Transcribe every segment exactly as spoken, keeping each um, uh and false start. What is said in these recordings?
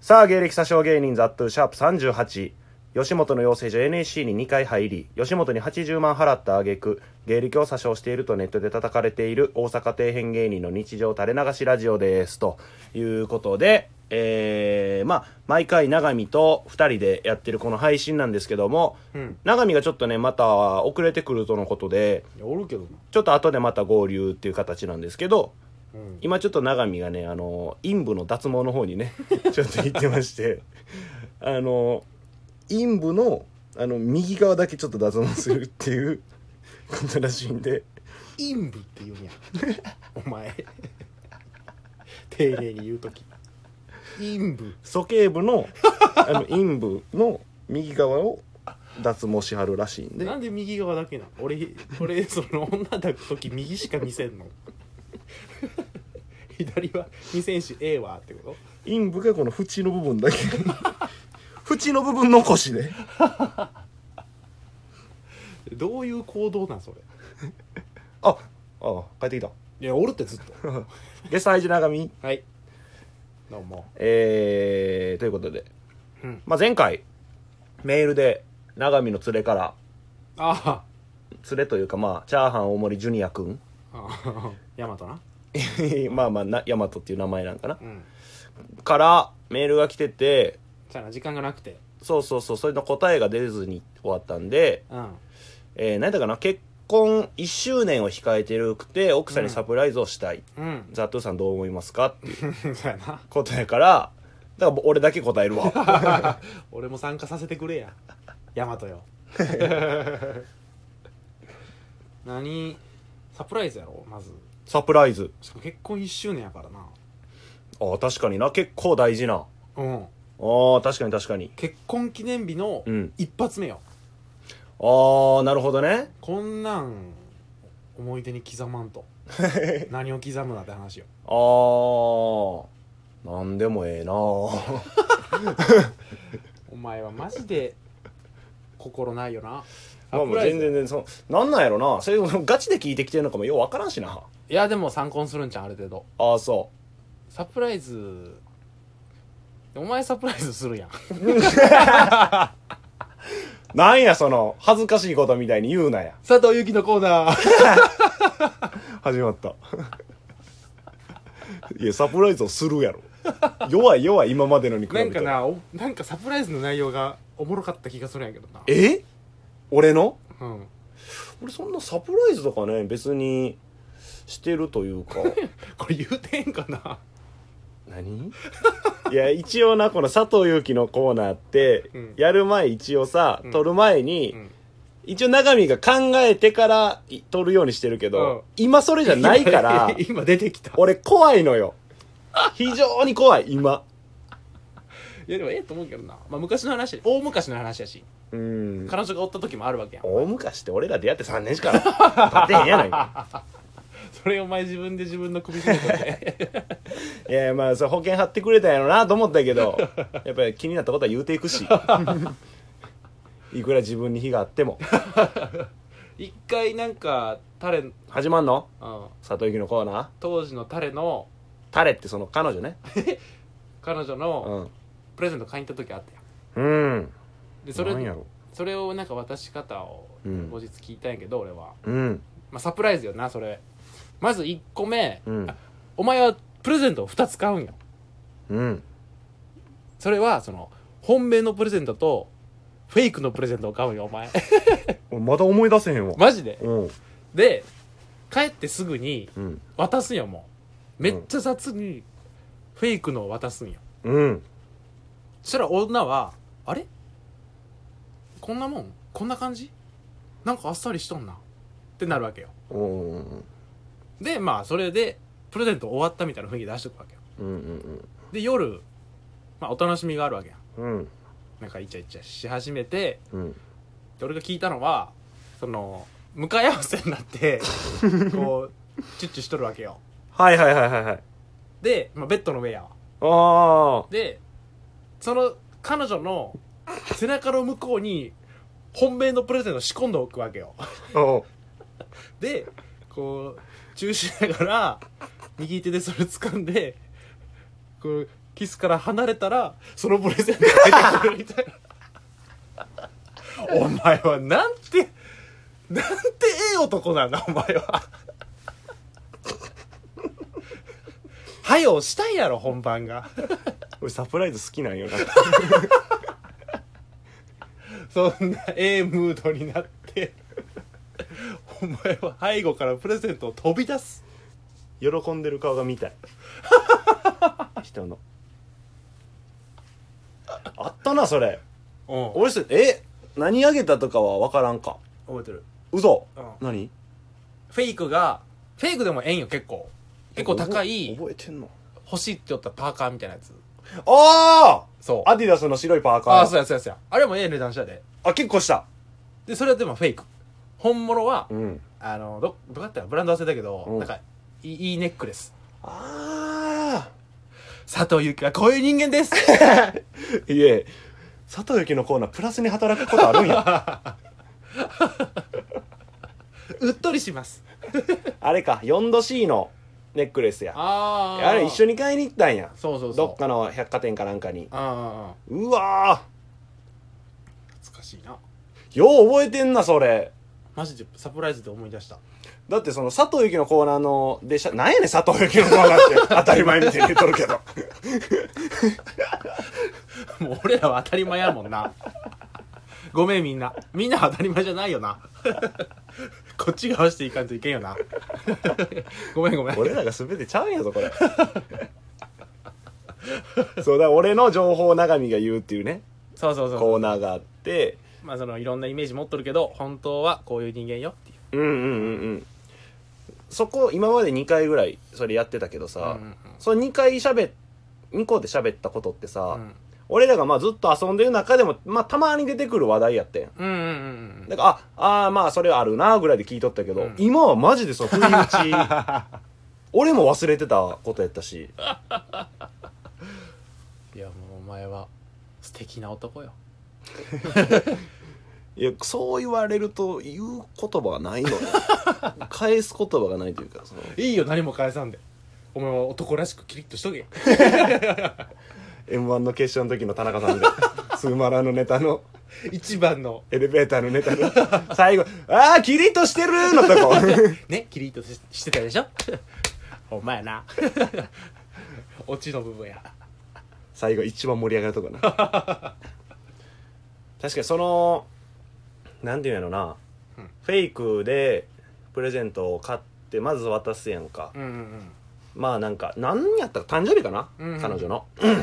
さあ芸歴詐称芸人ザットゥシャープさんじゅうはち、吉本の養成所 エヌエスシー ににかい入り、吉本にはちじゅうまん払った挙句芸歴を詐称しているとネットで叩かれている大阪底辺芸人の日常垂れ流しラジオですということで、えー、まあ毎回永見とふたりでやってるこの配信なんですけども、うん、永見がちょっとねまた遅れてくるとのことで、 いやおるけどな、 ちょっと後でまた合流っていう形なんですけど、うん、今ちょっと永見がねあの陰部の脱毛の方にねちょっと行ってましてあの陰部のあの右側だけちょっと脱毛するっていうことらしいんで、 陰部って言うんやお前丁寧に言うとき陰部、 鼠径部のあの陰部の右側を脱毛しはるらしいんで。 なんで右側だけなの？俺俺その女抱くとき右しか見せんの左は見せんしええわってこと？ 陰部がこの縁の部分だけ縁の部分残しでどういう行動なんそれああ帰ってきた。 いやおるってずっとゲスト配信長見、 はいどうも。 えー、ということで、 うんまあ、前回メールで長見の連れからあ連れというかまあチャーハン大森ジュニアくんあヤマトなまあまあなヤマトっていう名前なんかな、 うん、 からメールが来てて、 じゃあな時間がなくてそうそうそう、それの答えが出ずに終わったんで、 うんえー、何だかな、結婚いっしゅうねんを控えてるくて奥さんにサプライズをしたい、 うん、 ザットゥさんどう思いますかっていうそうやなことやから、だから俺だけ答えるわ俺も参加させてくれやヤマトよ何サプライズやろまず。 サプライズ、 しかも結婚いっしゅうねんやからな。 ああ確かにな、結構大事な、 うんああ確かに確かに、 結婚記念日の一発目よ、 ああなるほどね。 こんなん思い出に刻まんと何を刻むなって話よ。 ああなんでもええなお前はマジで心ないよな。 まあもう全然全然そなんなんやろな、それガチで聞いてきてるのかもよう分からんしな。 いやでも参考にするんちゃんある程度。 ああそうサプライズお前サプライズするやんなんやその恥ずかしいことみたいに言うなや。 佐藤由紀のコーナー始まったいやサプライズをするやろ弱い弱い今までのに比べなんたからなおなんかサプライズの内容がおもろかった気がするんやけどな。 え俺のうん俺そんなサプライズとかね別にしてるというかこれ言うてんかな何いや一応なこの佐藤祐樹のコーナーって、うん、やる前一応さ、うん、撮る前に、うん、一応永見が考えてから撮るようにしてるけど、うん、今それじゃないから今出てきた俺怖いのよ非常に怖い今。 いやでもええと思うけどな、まあ、昔の話大昔の話やし、 うん、 彼女がおった時もあるわけやん。 大昔って俺ら出会ってさんねんしか経ってへんやないかそれお前自分で自分の首絞めとっていやまあそれ保険貼ってくれたんやろなと思ったけどやっぱり気になったことは言うていくしいくら自分に非があっても一回なんかタレ始まんの、 うん、 佐藤由紀のコーナー。 当時のタレのタレってその彼女ね彼女のプレゼント買いに行った時あったやん。うんでそれそれをなんか渡し方を後日聞いたんやけど、うん、俺は、 うんまあ、サプライズよなそれ。まずいっこめ、 うん、 お前はプレゼントをふたつ買うんよ。 うんそれはその本命のプレゼントとフェイクのプレゼントを買うんよお前まだ思い出せへんわマジで、 うん、 で帰ってすぐに渡すんよ。もうめっちゃ雑にフェイクのを渡すんよ。 うんそしたら女はあれこんなもんこんな感じなんかあっさりしとんなってなるわけよ。 うんでまあそれでプレゼント終わったみたいな雰囲気出してくわけよ。 うんうんうんで夜、まあ、お楽しみがあるわけやん。 うんなんかイチャイチャし始めて、 うん、 で俺が聞いたのはその向かい合わせになってこうチュッチュしとるわけよ。 はいはいはいはいはい。 で、まあ、ベッドの上やわ。 ああでその彼女の背中の向こうに本命のプレゼント仕込んでおくわけよでこうチューしながら右手でそれ掴んでこうキスから離れたらそのプレゼントが出てくるみたいなお前はなんてなんてええ男なんだお前ははよしたいやろ本番が俺サプライズ好きなんよなそんなええムードになってお前は背後からプレゼントを飛び出す喜んでる顔が見たい人のあったなそれ。 うん俺それえ何あげたとかは分からんか。 覚えてる。 嘘、 うん、 何フェイクがフェイクでもええんよ結構結構高い覚えてんの欲しいって言ったパーカーみたいなやつ。 ああそうアディダスの白いパーカー。 ああそうやそうやそうやあれもええ値段したで。 あ結構した。 でそれはでもフェイク。本物は、 うん、あのどどうやったらブランド忘れたけど、 うん、 なんかいいいいネックレス。 ああ佐藤由紀はこういう人間ですいえ佐藤由紀のコーナープラスに働くことあるんやうっとりしますあれか よんど C のネックレスや。 ああれ一緒に買いに行ったんや。 そうそうそうどっかの百貨店かなんかに。 ああうわー懐かしいな。 よう覚えてんなそれ。 マジでサプライズで思い出した。 だってその佐藤由紀のコーナーのでしゃなんやねん佐藤由紀のコーナーって当たり前みたいに言っとるけどもう俺らは当たり前やもんなごめんみんなみんな当たり前じゃないよなこっちが合わせていかんといけんよなごめんごめん俺らが全てちゃうんやぞこれそうだ俺の情報長見が言うっていうねそうそうそうコーナーがあって、 まあそのいろんなイメージ持っとるけど本当はこういう人間よっていう。 うんうんうんうんそこ今までにかいぐらいそれやってたけどさ、 うんうんうん、 そのにかいしゃべにこで喋ったことってさ、 うん、 俺らがまあずっと遊んでる中でもまあたまに出てくる話題やってん。 うんうんうんだからああーまあそれはあるなぐらいで聞いとったけど、 うん、 今はマジでそう不意打ち俺も忘れてたことやったしいやもうお前は素敵な男よいやそう言われると言う言葉がないのよ返す言葉がないというかそのいいよ何も返さんでお前は男らしくキリッとしとけエムワン の決勝の時の田中さんでスーマラのネタの一番のエレベーターのネタの最後ああキリッとしてるのとこねキリッと し, してたでしょお前なオチの部分や最後一番盛り上がるとこな確かにそのなんていうんやろな、うん、フェイクでプレゼントを買ってまず渡すやんか、 うんうんうん、 まあなんか何やったか誕生日かな、 うんうん、 彼女の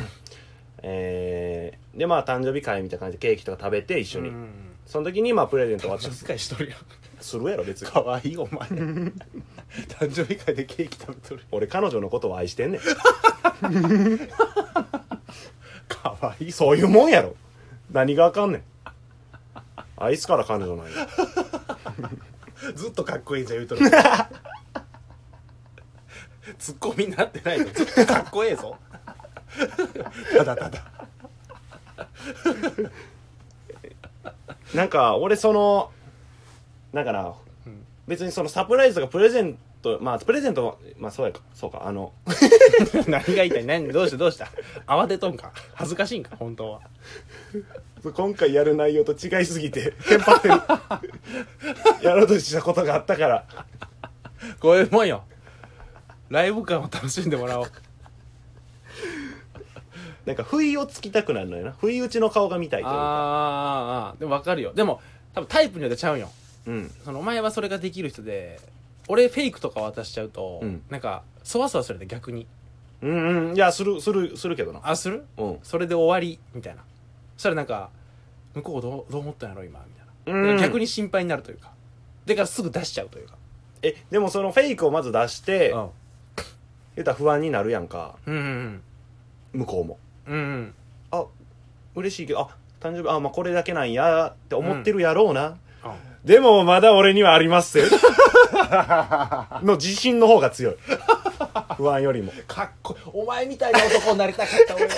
えー、でまあ誕生日会みたいな感じでケーキとか食べて一緒に、うんうん、その時にまあプレゼント渡す誕生日会しとるやんするやろ別にかわいいお前誕生日会でケーキ食べとる俺彼女のことを愛してんねんかわいいそういうもんやろ何があかんねん愛すから彼女なんやずっとかっこいいじゃん言うとるツッコミになってないのずっとかっこええぞただただなんか俺そのなんかな、うん、別にそのサプライズとかプレゼントまあプレゼントまあそうやかそうかあの何が言いたい何どうしたどうした慌てとんか恥ずかしいんか本当は今回やる内容と違いすぎてテンパってるやろうとしたことがあったからこういうもんよライブ感を楽しんでもらおうなんか不意をつきたくなるのよな不意打ちの顔が見たいというかああでも分かるよでも多分タイプによってちゃうんよ、 うん、 そのお前はそれができる人で俺フェイクとか渡しちゃうと、うん、なんかそわそわするで逆にうんうんいやするするするけどなあする、 うん、 それで終わりみたいなそしたらなんか向こうどうどう思ったんやろ今みたいな、うん、逆に心配になるというかだからすぐ出しちゃうというかえでもそのフェイクをまず出して、 うん、 言ったら不安になるやんか、 うんうんうん、 向こうもうんうん、 あ嬉しいけどあ誕生日あまあこれだけなんやって思ってるやろうな、うん、でもまだ俺にはありますよの自信の方が強い不安よりもかっこいいお前みたいな男になりたかった俺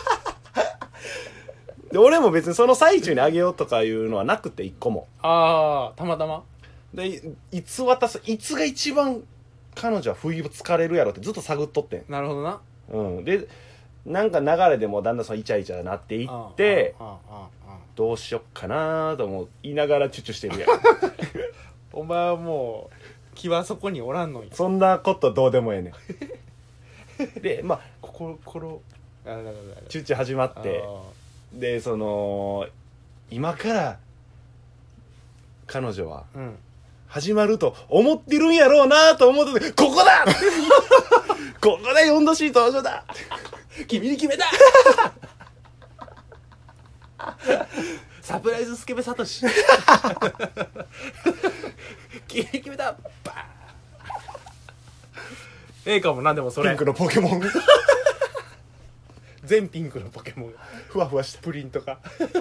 で俺も別にその最中にあげようとかいうのはなくて一個もああたまたまでいつ渡すいつが一番彼女は不意をつかれるやろってずっと探っとってんなるほどな、 うん、でなんか流れでもうだんだんそのイチャイチャなっていってああああああどうしよっかなと思いながらチュチュしてるやんお前はもう気はそこにおらんのにそんなことどうでもええねんでまあ心心あららららチュチュ始まってあでその今から彼女はーうん始まると思ってるんやろうなと思っててここだここでよんど C 登場だ君に決めたサプライズスケベサトシ君に決めたバーンええかもなでもそれピンクのポケモン全ピンクのポケモンふわふわしてプリントか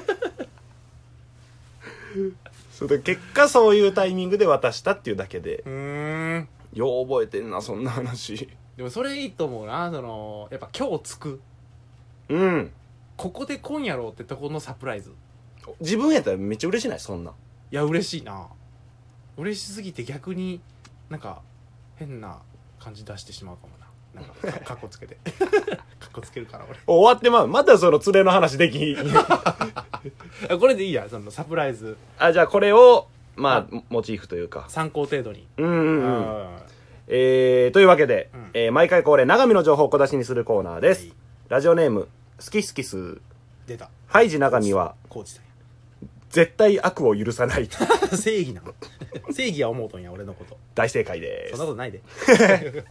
それで結果そういうタイミングで渡したっていうだけでうーんよう覚えてんなそんな話でもそれいいと思うなそのやっぱ今日つくうんここで今やろうってとこのサプライズ自分やったらめっちゃ嬉しないそんなんいや嬉しいな嬉しすぎて逆になんか変な感じ出してしまうかもななんかかっこつけてかっこつけるから俺終わってまうまたその連れの話できこれでいいやそのサプライズあじゃあこれをまあモチーフというか参考程度にうんうんうんあえー、というわけで、 うんえー毎回恒例長見の情報を小出しにするコーナーです、 はいラジオネーム好き好きす出たハイジ長見はコーチさん絶対悪を許さないや正義なの正義は思うとんや俺のこと大正解ですそんなことないで